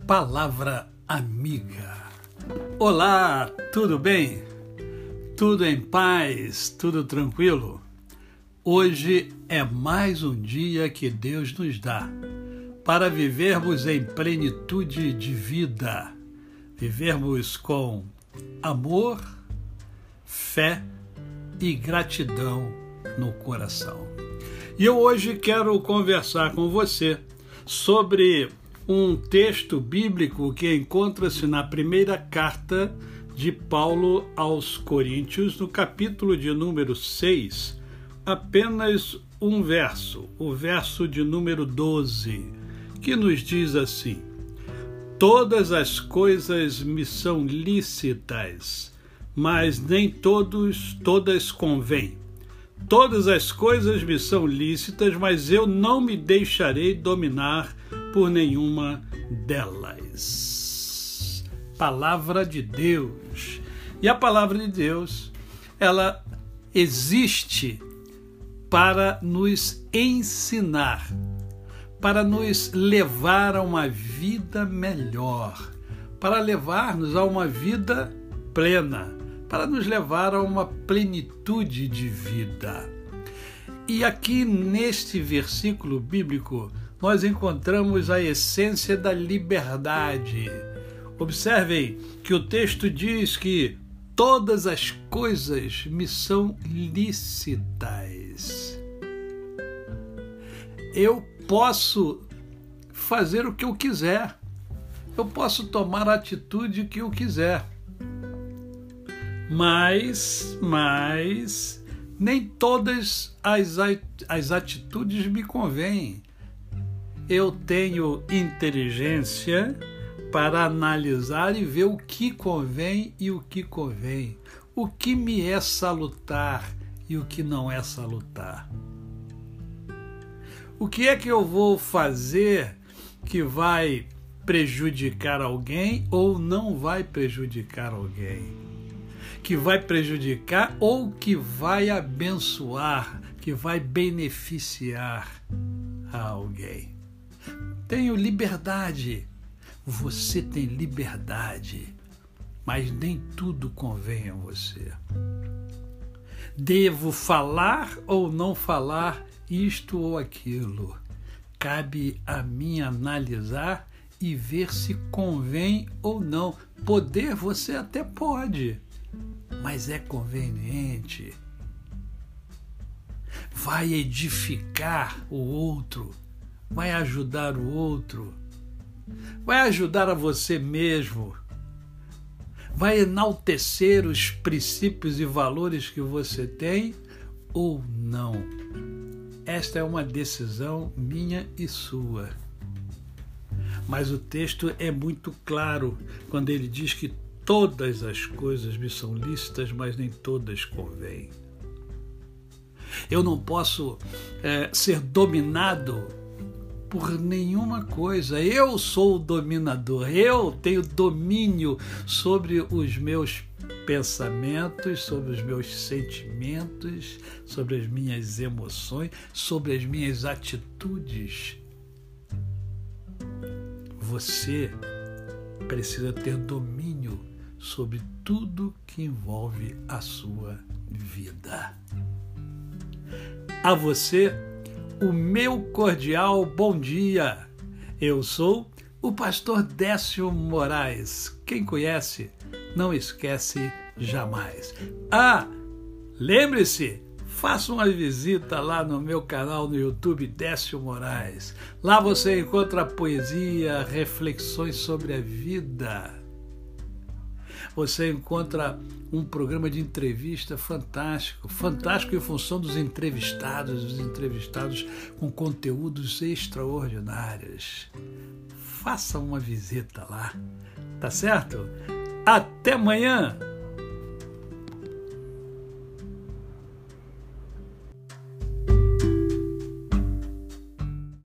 Palavra amiga. Olá, tudo bem? Tudo em paz? Tudo tranquilo? Hoje é mais um dia que Deus nos dá para vivermos em plenitude de vida, vivermos com amor, fé e gratidão no coração. E eu hoje quero conversar com você sobre um texto bíblico que encontra-se na primeira carta de Paulo aos Coríntios, no capítulo de número 6, apenas um verso, o verso de número 12, que nos diz assim: todas as coisas me são lícitas, mas nem todas convêm. Todas as coisas me são lícitas, mas eu não me deixarei dominar por nenhuma delas. Palavra de Deus. E a palavra de Deus, ela existe para nos ensinar, para nos levar a uma vida melhor, para levar-nos a uma vida plena, para nos levar a uma plenitude de vida. E aqui neste versículo bíblico, nós encontramos a essência da liberdade. Observem que o texto diz que todas as coisas me são lícitas. Eu posso fazer o que eu quiser. Eu posso tomar a atitude que eu quiser. Mas nem todas as atitudes me convêm. Eu tenho inteligência para analisar e ver o que convém e o que convém, o que me é salutar e o que não é salutar. O que é que eu vou fazer que vai prejudicar alguém ou não vai prejudicar alguém? Que vai prejudicar ou que vai abençoar, que vai beneficiar a alguém. Tenho liberdade. Você tem liberdade, mas nem tudo convém a você. Devo falar ou não falar isto ou aquilo? Cabe a mim analisar e ver se convém ou não. Poder você até pode, mas é conveniente? Vai edificar o outro? Vai ajudar o outro? Vai ajudar a você mesmo? Vai enaltecer os princípios e valores que você tem ou não? Esta é uma decisão minha e sua. Mas o texto é muito claro quando ele diz que todas as coisas me são lícitas, mas nem todas convêm. Eu não posso ser dominado por nenhuma coisa. Eu sou o dominador. Eu tenho domínio sobre os meus pensamentos, sobre os meus sentimentos, sobre as minhas emoções, sobre as minhas atitudes. Você precisa ter domínio sobre tudo que envolve a sua vida. A você, o meu cordial bom dia. Eu sou o pastor Décio Moraes. Quem conhece, não esquece jamais. Lembre-se, faça uma visita lá no meu canal no YouTube, Décio Moraes. Lá você encontra poesia, reflexões sobre a vida. Você encontra um programa de entrevista fantástico em função dos entrevistados com conteúdos extraordinários. Faça uma visita lá, tá certo? Até amanhã!